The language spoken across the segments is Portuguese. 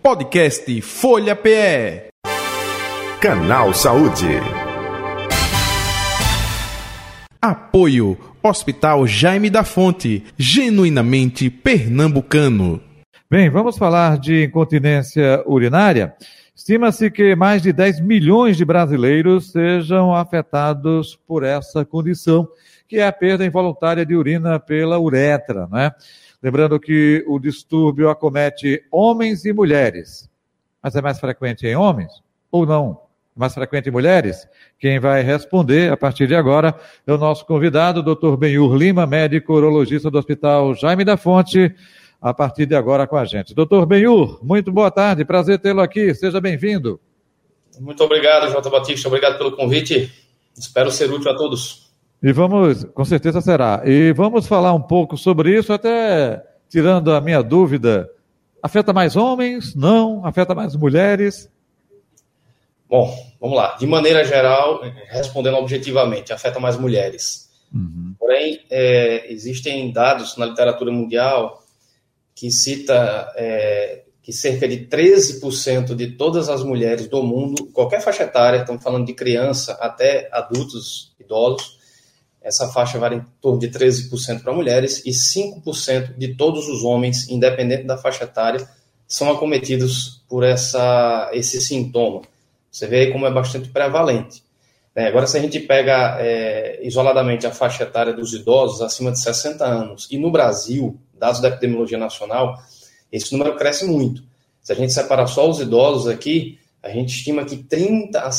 Podcast Folha PE. Canal Saúde. Apoio Hospital Jaime da Fonte, genuinamente pernambucano. Bem, vamos falar de incontinência urinária. Estima-se que mais de 10 milhões de brasileiros sejam afetados por essa condição, que é a perda involuntária de urina pela uretra, né? Lembrando que o distúrbio acomete homens e mulheres. Mas é mais frequente em homens ou não? Mais frequente em mulheres? Quem vai responder a partir de agora é o nosso convidado, Dr. Benhur Lima, médico urologista do Hospital Jaime da Fonte, a partir de agora com a gente. Dr. Benhur, muito boa tarde, prazer tê-lo aqui, seja bem-vindo. Muito obrigado, Jota Batista, obrigado pelo convite, espero ser útil a todos. E vamos, com certeza será, e vamos falar um pouco sobre isso, até tirando a minha dúvida, afeta mais homens? Não? Afeta mais mulheres? Bom, vamos lá. De maneira geral, respondendo objetivamente, afeta mais mulheres. Porém, existem dados na literatura mundial que cita que cerca de 13% de todas as mulheres do mundo, qualquer faixa etária, estamos falando de criança até adultos, idosos, essa faixa vai em torno de 13% para mulheres e 5% de todos os homens, independente da faixa etária, são acometidos por esse sintoma. Você vê aí como é bastante prevalente. Agora, se a gente pega isoladamente a faixa etária dos idosos acima de 60 anos, e no Brasil, dados da Epidemiologia Nacional, esse número cresce muito. Se a gente separar só os idosos aqui, a gente estima que 30% a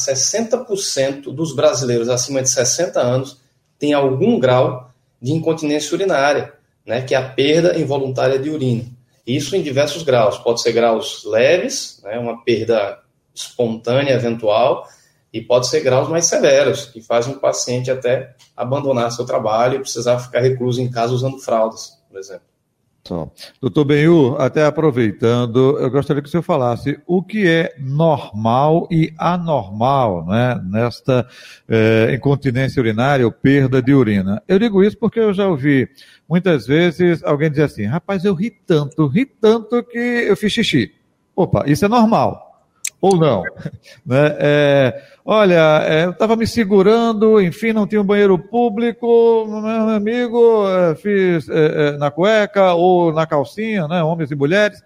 60% dos brasileiros acima de 60 anos têm algum grau de incontinência urinária, né, que é a perda involuntária de urina. Isso em diversos graus. Pode ser graus leves, né, uma perda espontânea, eventual, e pode ser graus mais severos, que fazem o paciente até abandonar seu trabalho e precisar ficar recluso em casa usando fraldas, por exemplo. Doutor Benhur, até aproveitando, eu gostaria que o senhor falasse o que é normal e anormal, né, nesta incontinência urinária ou perda de urina. Eu digo isso porque eu já ouvi muitas vezes alguém dizer assim, rapaz, eu ri tanto que eu fiz xixi. Opa, isso é normal. Ou não, né? Olha, eu estava me segurando, enfim, não tinha um banheiro público, meu amigo, fiz na cueca ou na calcinha, né? Homens e mulheres,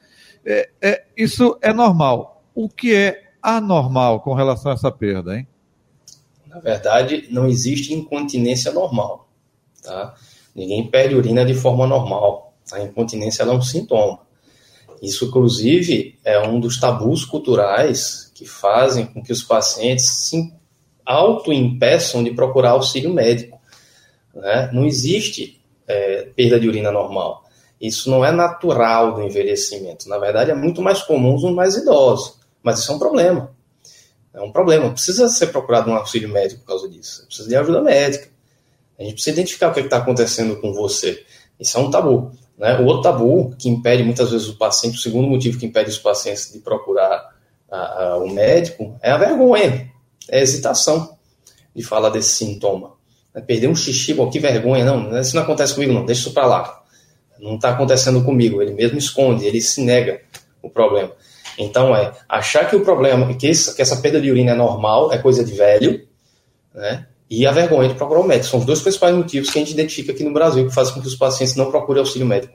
isso é normal. O que é anormal com relação a essa perda, hein? Na verdade, não existe incontinência normal, tá? Ninguém perde urina de forma normal, a incontinência ela é um sintoma. Isso, inclusive, é um dos tabus culturais que fazem com que os pacientes se auto-impeçam de procurar auxílio médico, né? Não existe perda de urina normal. Isso não é natural do envelhecimento. Na verdade, é muito mais comum nos mais idosos. Mas isso é um problema. É um problema. Precisa ser procurado um auxílio médico por causa disso. Precisa de ajuda médica. A gente precisa identificar o que está acontecendo com você. Isso é um tabu. Né? O outro tabu que impede muitas vezes o paciente, o segundo motivo que impede os pacientes de procurar o médico é a vergonha, é a hesitação de falar desse sintoma. Perder um xixi, bom, que vergonha, não, isso não acontece comigo não, deixa isso para lá. Não está acontecendo comigo, ele mesmo esconde, ele se nega o problema. Então achar que o problema, que essa perda de urina é normal, é coisa de velho, né? E a vergonha de procurar o médico. São os dois principais motivos que a gente identifica aqui no Brasil, que fazem com que os pacientes não procurem auxílio médico.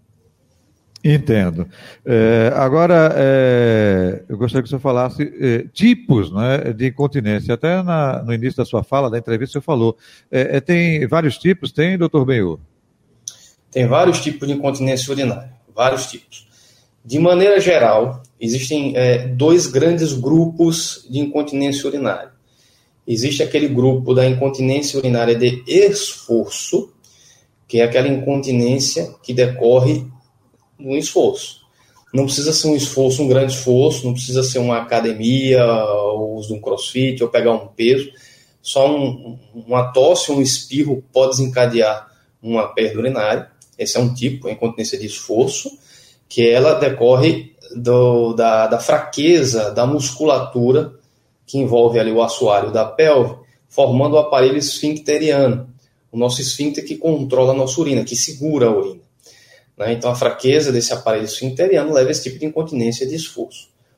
Entendo. Agora, eu gostaria que o senhor falasse tipos, né, de incontinência. Até no início da sua fala, da entrevista, o senhor falou. Tem vários tipos, tem, doutor Benhur? Tem vários tipos de incontinência urinária, vários tipos. De maneira geral, existem dois grandes grupos de incontinência urinária. Existe aquele grupo da incontinência urinária de esforço, que é aquela incontinência que decorre no esforço. Não precisa ser um esforço, um grande esforço, não precisa ser uma academia, o uso de um crossfit, ou pegar um peso. Só uma tosse, um espirro pode desencadear uma perda urinária. Esse é um tipo, a incontinência de esforço, que ela decorre da fraqueza da musculatura que envolve ali o assoalho da pelve, formando o aparelho esfincteriano, o nosso esfíncter que controla a nossa urina, que segura a urina. Né? Então, a fraqueza desse aparelho esfincteriano leva a esse tipo de incontinência de esforço.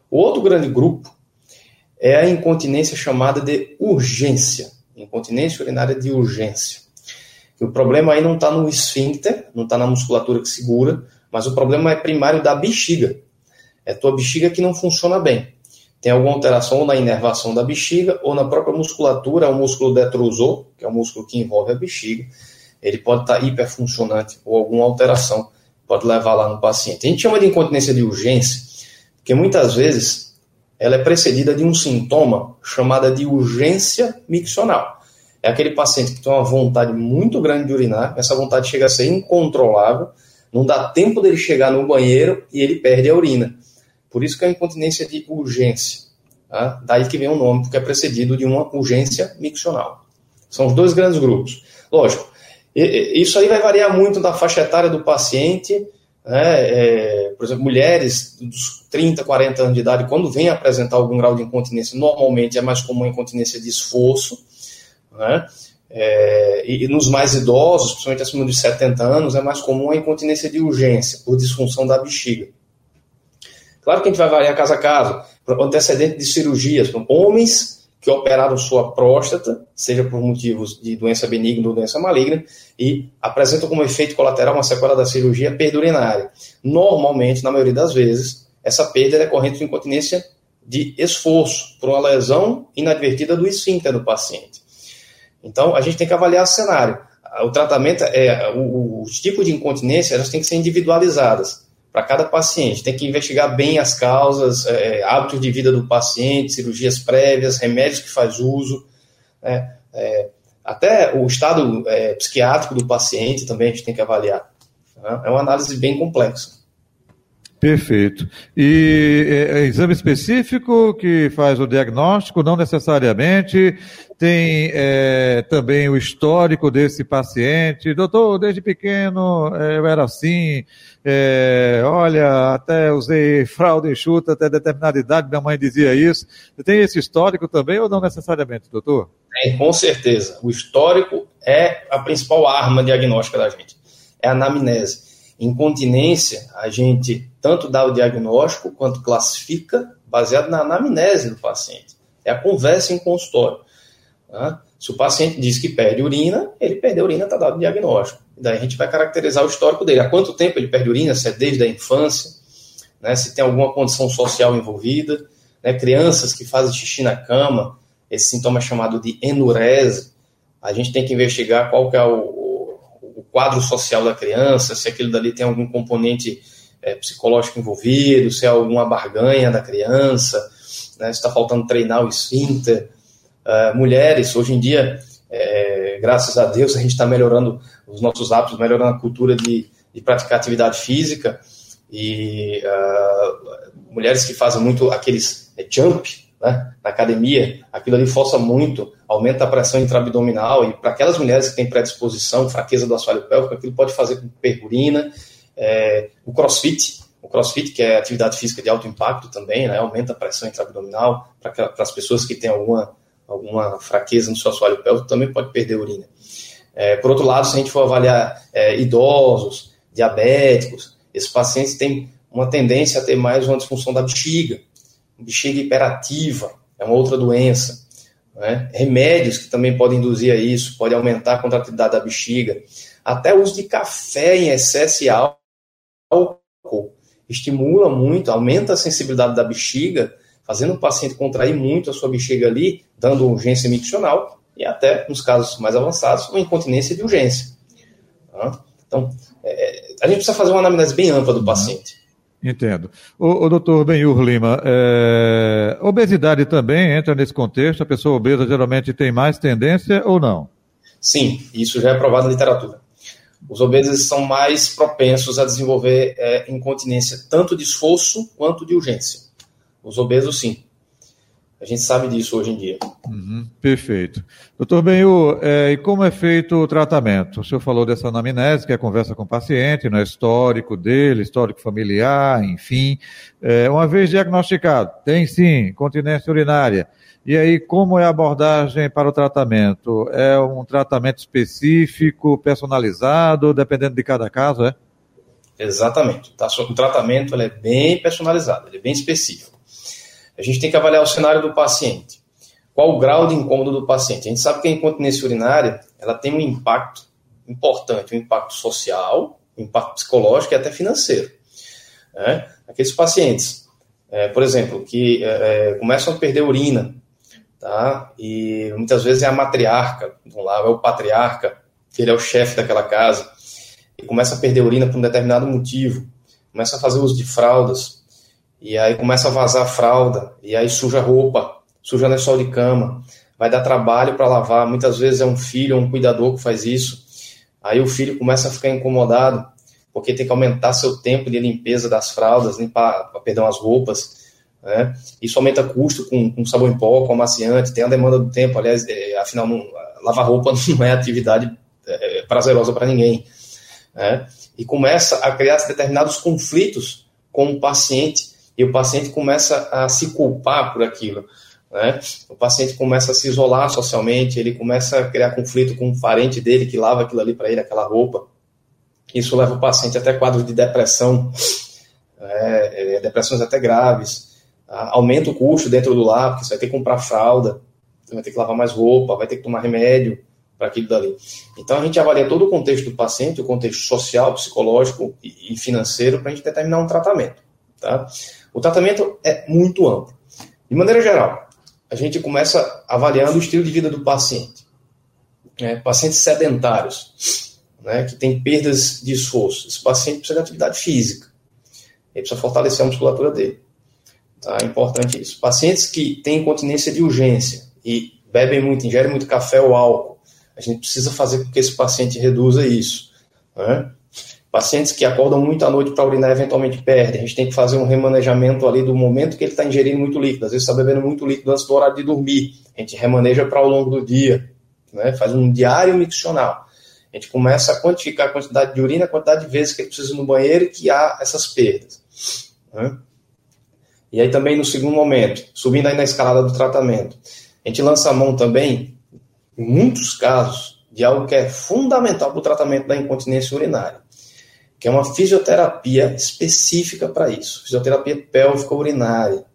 O outro grande grupo é a incontinência chamada de urgência, incontinência urinária de urgência. O problema aí não está no esfíncter, não está na musculatura que segura, mas o problema é primário da bexiga. É a tua bexiga que não funciona bem. Tem alguma alteração ou na inervação da bexiga ou na própria musculatura, o músculo detrusor, que é o músculo que envolve a bexiga. Ele pode estar hiperfuncionante ou alguma alteração pode levar lá no paciente. A gente chama de incontinência de urgência, porque muitas vezes ela é precedida de um sintoma chamado de urgência miccional. É aquele paciente que tem uma vontade muito grande de urinar, essa vontade chega a ser incontrolável, não dá tempo dele chegar no banheiro e ele perde a urina. Por isso que é a incontinência de urgência. Tá? Daí que vem o nome, porque é precedido de uma urgência miccional. São os dois grandes grupos. Lógico, isso aí vai variar muito da faixa etária do paciente, né? Por exemplo, mulheres dos 30, 40 anos de idade, quando vêm apresentar algum grau de incontinência, normalmente é mais comum a incontinência de esforço, né? E nos mais idosos, principalmente acima de 70 anos, é mais comum a incontinência de urgência, por disfunção da bexiga. Claro que a gente vai variar caso a caso, antecedente de cirurgias, homens que operaram sua próstata, seja por motivos de doença benigna ou doença maligna, e apresentam como efeito colateral uma sequela da cirurgia perda urinária. Normalmente, na maioria das vezes, essa perda é decorrente de incontinência de esforço, por uma lesão inadvertida do esfíncter do paciente. Então, a gente tem que avaliar o cenário. O tratamento, os tipos de incontinência, elas têm que ser individualizadas para cada paciente. Tem que investigar bem as causas, hábitos de vida do paciente, cirurgias prévias, remédios que faz uso, até o estado psiquiátrico do paciente também a gente tem que avaliar. É uma análise bem complexa. Perfeito. E exame específico que faz o diagnóstico? Não necessariamente. Tem também o histórico desse paciente. Doutor, desde pequeno eu era assim, olha, até usei fralda enxuta até determinada idade, minha mãe dizia isso. Tem esse histórico também ou não necessariamente, doutor? Com certeza. O histórico é a principal arma diagnóstica da gente. É a anamnese. Incontinência, a gente tanto dá o diagnóstico quanto classifica baseado na anamnese do paciente. É a conversa em consultório. Tá? Se o paciente diz que perde urina, ele perdeu urina, está dado o diagnóstico. E daí a gente vai caracterizar o histórico dele. Há quanto tempo ele perde urina, se é desde a infância, né? Se tem alguma condição social envolvida, né? Crianças que fazem xixi na cama, esse sintoma é chamado de enurese. A gente tem que investigar qual que é o quadro social da criança, se aquilo dali tem algum componente psicológico envolvido, se é alguma barganha da criança, né, se está faltando treinar o esfíncter. Mulheres, hoje em dia, graças a Deus, a gente está melhorando os nossos hábitos, melhorando a cultura de praticar atividade física, e mulheres que fazem muito aqueles jump, né, na academia, aquilo ali força muito, aumenta a pressão intraabdominal, e para aquelas mulheres que têm predisposição, fraqueza do assoalho pélvico, aquilo pode fazer com que perca urina. O crossfit, que é atividade física de alto impacto também, né, aumenta a pressão intraabdominal, para as pessoas que têm alguma fraqueza no seu assoalho pélvico, também pode perder urina. Por outro lado, se a gente for avaliar idosos, diabéticos, esses pacientes têm uma tendência a ter mais uma disfunção da bexiga hiperativa, é uma outra doença, né? Remédios que também podem induzir a isso, pode aumentar a contratividade da bexiga, até o uso de café em excesso e álcool estimula muito, aumenta a sensibilidade da bexiga, fazendo o paciente contrair muito a sua bexiga ali, dando urgência miccional e até, nos casos mais avançados, uma incontinência de urgência. Então, a gente precisa fazer uma anamnese bem ampla do paciente. Entendo. O doutor Benhur Lima, obesidade também entra nesse contexto? A pessoa obesa geralmente tem mais tendência ou não? Sim, isso já é provado na literatura. Os obesos são mais propensos a desenvolver incontinência tanto de esforço quanto de urgência. Os obesos, sim. A gente sabe disso hoje em dia. Perfeito. Doutor Benhur, e como é feito o tratamento? O senhor falou dessa anamnese, que é a conversa com o paciente, no histórico dele, histórico familiar, enfim. Uma vez diagnosticado, tem sim incontinência urinária. E aí, como é a abordagem para o tratamento? É um tratamento específico, personalizado, dependendo de cada caso, é? Exatamente. O tratamento ele é bem personalizado, ele é bem específico. a gente tem que avaliar o cenário do paciente. Qual o grau de incômodo do paciente? A gente sabe que a incontinência urinária ela tem um impacto importante, um impacto social, um impacto psicológico e até financeiro. Aqueles pacientes, por exemplo, que começam a perder urina, tá? E muitas vezes é a matriarca, de um lado é o patriarca, que ele é o chefe daquela casa, e começa a perder urina por um determinado motivo, começa a fazer uso de fraldas, e aí começa a vazar a fralda, e aí suja a roupa, suja lençol de cama, vai dar trabalho para lavar, muitas vezes é um filho ou um cuidador que faz isso, aí o filho começa a ficar incomodado, porque tem que aumentar seu tempo de limpeza das fraldas, limpar, perdão, as roupas, né? Isso aumenta custo com sabão em pó, com amaciante, tem a demanda do tempo, aliás, afinal, lavar roupa não é atividade prazerosa para ninguém, né? E começa a criar determinados conflitos com o paciente, e o paciente começa a se culpar por aquilo, né? O paciente começa a se isolar socialmente, ele começa a criar conflito com um parente dele que lava aquilo ali para ele, aquela roupa. Isso leva o paciente até quadros de depressão, depressões até graves, aumenta o custo dentro do lar, porque você vai ter que comprar fralda, você vai ter que lavar mais roupa, vai ter que tomar remédio para aquilo dali. Então a gente avalia todo o contexto do paciente, o contexto social, psicológico e financeiro para a gente determinar um tratamento. Tá? O tratamento é muito amplo. De maneira geral, a gente começa avaliando o estilo de vida do paciente. Pacientes sedentários, que tem perdas de esforço. Esse paciente precisa de atividade física. Ele precisa fortalecer a musculatura dele. Tá? É importante isso. Pacientes que têm incontinência de urgência e bebem muito, ingerem muito café ou álcool, a gente precisa fazer com que esse paciente reduza isso. Né? Pacientes que acordam muito à noite para urinar eventualmente perdem. A gente tem que fazer um remanejamento ali do momento que ele está ingerindo muito líquido. Às vezes está bebendo muito líquido antes do horário de dormir. A gente remaneja para ao longo do dia. Né? Faz um diário miccional. A gente começa a quantificar a quantidade de urina, a quantidade de vezes que ele precisa ir no banheiro e que há essas perdas. Né? E aí também no segundo momento, subindo aí na escalada do tratamento, a gente lança a mão também, em muitos casos, de algo que é fundamental para o tratamento da incontinência urinária, que é uma fisioterapia específica para isso, fisioterapia pélvica urinária.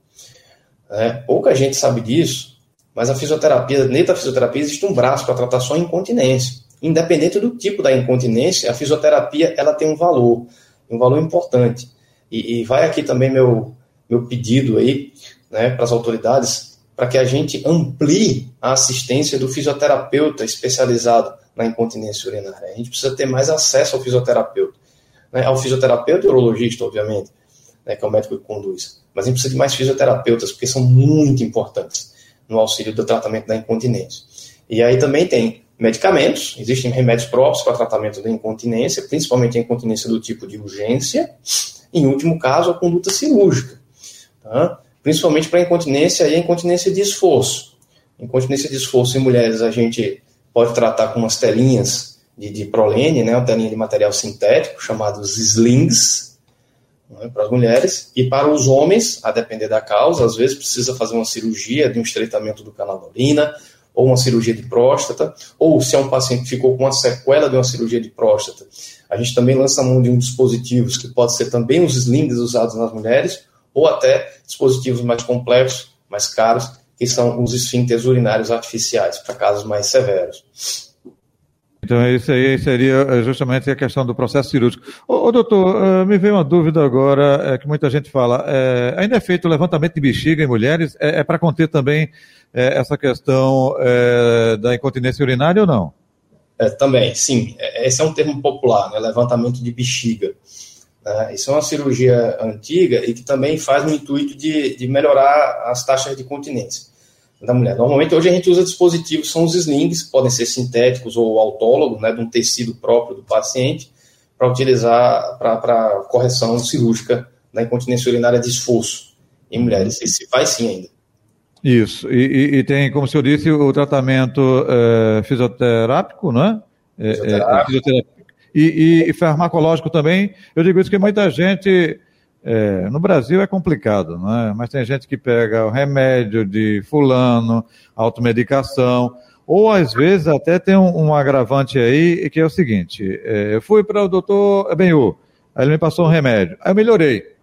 Pouca gente sabe disso, mas dentro da fisioterapia existe um braço para tratar só a incontinência. Independente do tipo da incontinência, a fisioterapia ela tem um valor importante. E vai aqui também meu pedido aí, para as autoridades, para que a gente amplie a assistência do fisioterapeuta especializado na incontinência urinária. A gente precisa ter mais acesso ao fisioterapeuta. Ao fisioterapeuta e urologista, obviamente, que é o médico que conduz. Mas a gente precisa de mais fisioterapeutas, porque são muito importantes no auxílio do tratamento da incontinência. E aí também tem medicamentos, existem remédios próprios para tratamento da incontinência, principalmente a incontinência do tipo de urgência, e, em último caso, a conduta cirúrgica. Tá? Principalmente para a incontinência e a incontinência de esforço. Incontinência de esforço em mulheres a gente pode tratar com umas telinhas de prolene, uma telinha de material sintético, chamados slings, para as mulheres, e para os homens, a depender da causa, às vezes precisa fazer uma cirurgia de um estreitamento do canal da urina, ou uma cirurgia de próstata, ou se é um paciente que ficou com uma sequela de uma cirurgia de próstata, a gente também lança a mão de um dispositivos que pode ser também os slings usados nas mulheres, ou até dispositivos mais complexos, mais caros, que são os esfíncteres urinários artificiais, para casos mais severos. Então, isso aí seria justamente a questão do processo cirúrgico. Doutor, me veio uma dúvida agora, que muita gente fala, ainda é feito o levantamento de bexiga em mulheres, para conter também essa questão da incontinência urinária ou não? Também, sim. Esse é um termo popular, levantamento de bexiga. Isso é uma cirurgia antiga e que também faz no intuito de melhorar as taxas de continência da mulher. Normalmente, hoje a gente usa dispositivos, são os slings, podem ser sintéticos ou autólogos, de um tecido próprio do paciente, para utilizar para correção cirúrgica da incontinência urinária de esforço em mulheres. Esse faz sim ainda. Isso. E tem, como o senhor disse, o tratamento fisioterápico, não é? Fisioterápico. E farmacológico também. Eu digo isso porque muita gente... no Brasil é complicado, não é? Mas tem gente que pega o remédio de fulano, automedicação, ou às vezes até tem um agravante aí, que é o seguinte, eu fui para o doutor Benhu, aí ele me passou um remédio, aí eu melhorei,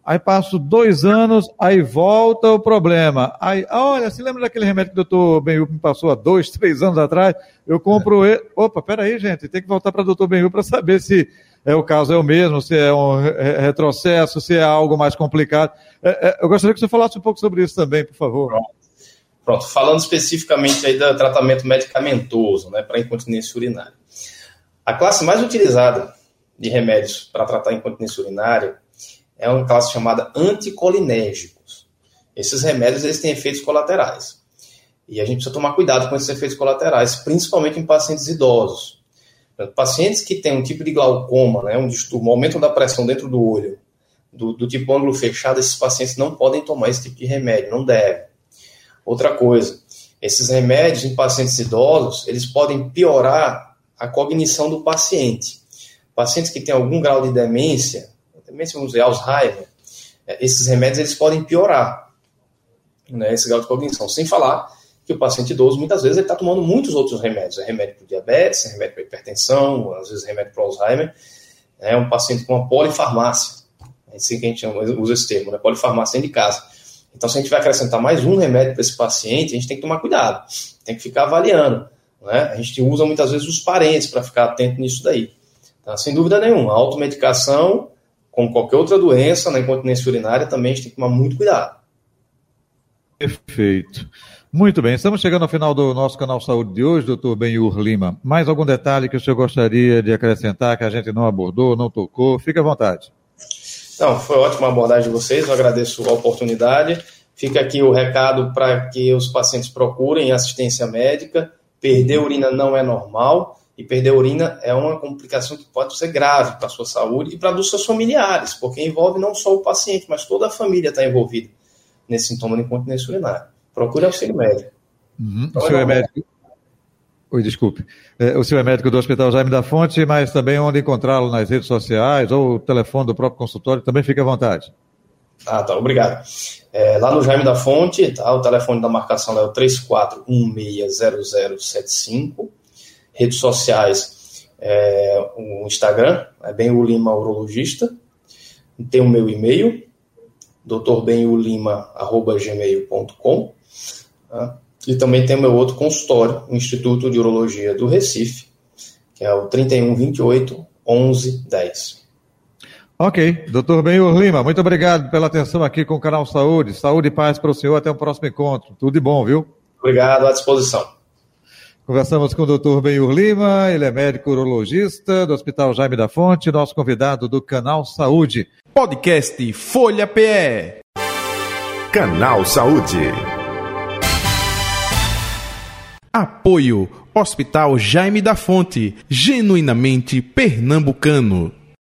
Aí passo 2 anos, aí volta o problema. Aí, olha, se lembra daquele remédio que o doutor Benhu me passou há 2, 3 anos atrás? Eu compro ele. Opa, peraí, gente, tem que voltar para o doutor Benhu para saber se o caso é o mesmo, se é um retrocesso, se é algo mais complicado. Eu gostaria que você falasse um pouco sobre isso também, por favor. Pronto, falando especificamente aí do tratamento medicamentoso, né, para incontinência urinária. A classe mais utilizada de remédios para tratar incontinência urinária é uma classe chamada anticolinérgicos. Esses remédios eles têm efeitos colaterais. E a gente precisa tomar cuidado com esses efeitos colaterais, principalmente em pacientes idosos. Pacientes que têm um tipo de glaucoma, né, um distúrbio, um aumento da pressão dentro do olho, do tipo ângulo fechado, esses pacientes não podem tomar esse tipo de remédio, não devem. Outra coisa, esses remédios em pacientes idosos, eles podem piorar a cognição do paciente. Pacientes que têm algum grau de demência, vamos dizer, Alzheimer, esses remédios eles podem piorar, né, esse grau de cognição. Sem falar que o paciente idoso, muitas vezes, ele está tomando muitos outros remédios. É remédio para diabetes, é remédio para hipertensão, às vezes remédio para Alzheimer. É um paciente com uma polifarmácia. É assim que a gente usa esse termo, né, polifarmácia dentro de casa. Então, se a gente vai acrescentar mais um remédio para esse paciente, a gente tem que tomar cuidado. Tem que ficar avaliando. Né? A gente usa muitas vezes os parentes para ficar atento nisso daí. Então, sem dúvida nenhuma, a automedicação, como qualquer outra doença, na incontinência urinária, também a gente tem que tomar muito cuidado. Perfeito. Muito bem, estamos chegando ao final do nosso Canal Saúde de hoje, doutor Benhur Lima. Mais algum detalhe que o senhor gostaria de acrescentar, que a gente não abordou, não tocou? Fique à vontade. Então, foi ótima a abordagem de vocês, eu agradeço a oportunidade. Fica aqui o recado para que os pacientes procurem assistência médica. Perder urina não é normal, e perder urina é uma complicação que pode ser grave para a sua saúde e para dos seus familiares, porque envolve não só o paciente, mas toda a família está envolvida nesse sintoma de incontinência urinária. Procure auxílio médico. O senhor é médico? Oi, desculpe. O senhor é médico do Hospital Jaime da Fonte, mas também onde encontrá-lo nas redes sociais ou o telefone do próprio consultório, também fique à vontade. Ah, tá, obrigado. Lá no Jaime da Fonte, tá, o telefone da marcação é o 34160075. Redes sociais, o Instagram, é Benhu Lima Urologista. Tem o meu e-mail, drbenhulima@gmail.com. Tá? E também tem o meu outro consultório, o Instituto de Urologia do Recife, que é o 3128 1110. Ok, doutor Benhur Lima, muito obrigado pela atenção aqui com o Canal Saúde. Saúde e paz para o senhor, até o próximo encontro. Tudo de bom, viu? Obrigado, à disposição. Conversamos com o doutor Benhur Lima, ele é médico urologista do Hospital Jaime da Fonte, nosso convidado do Canal Saúde. Podcast Folha PE. Canal Saúde. Apoio Hospital Jaime da Fonte, genuinamente pernambucano.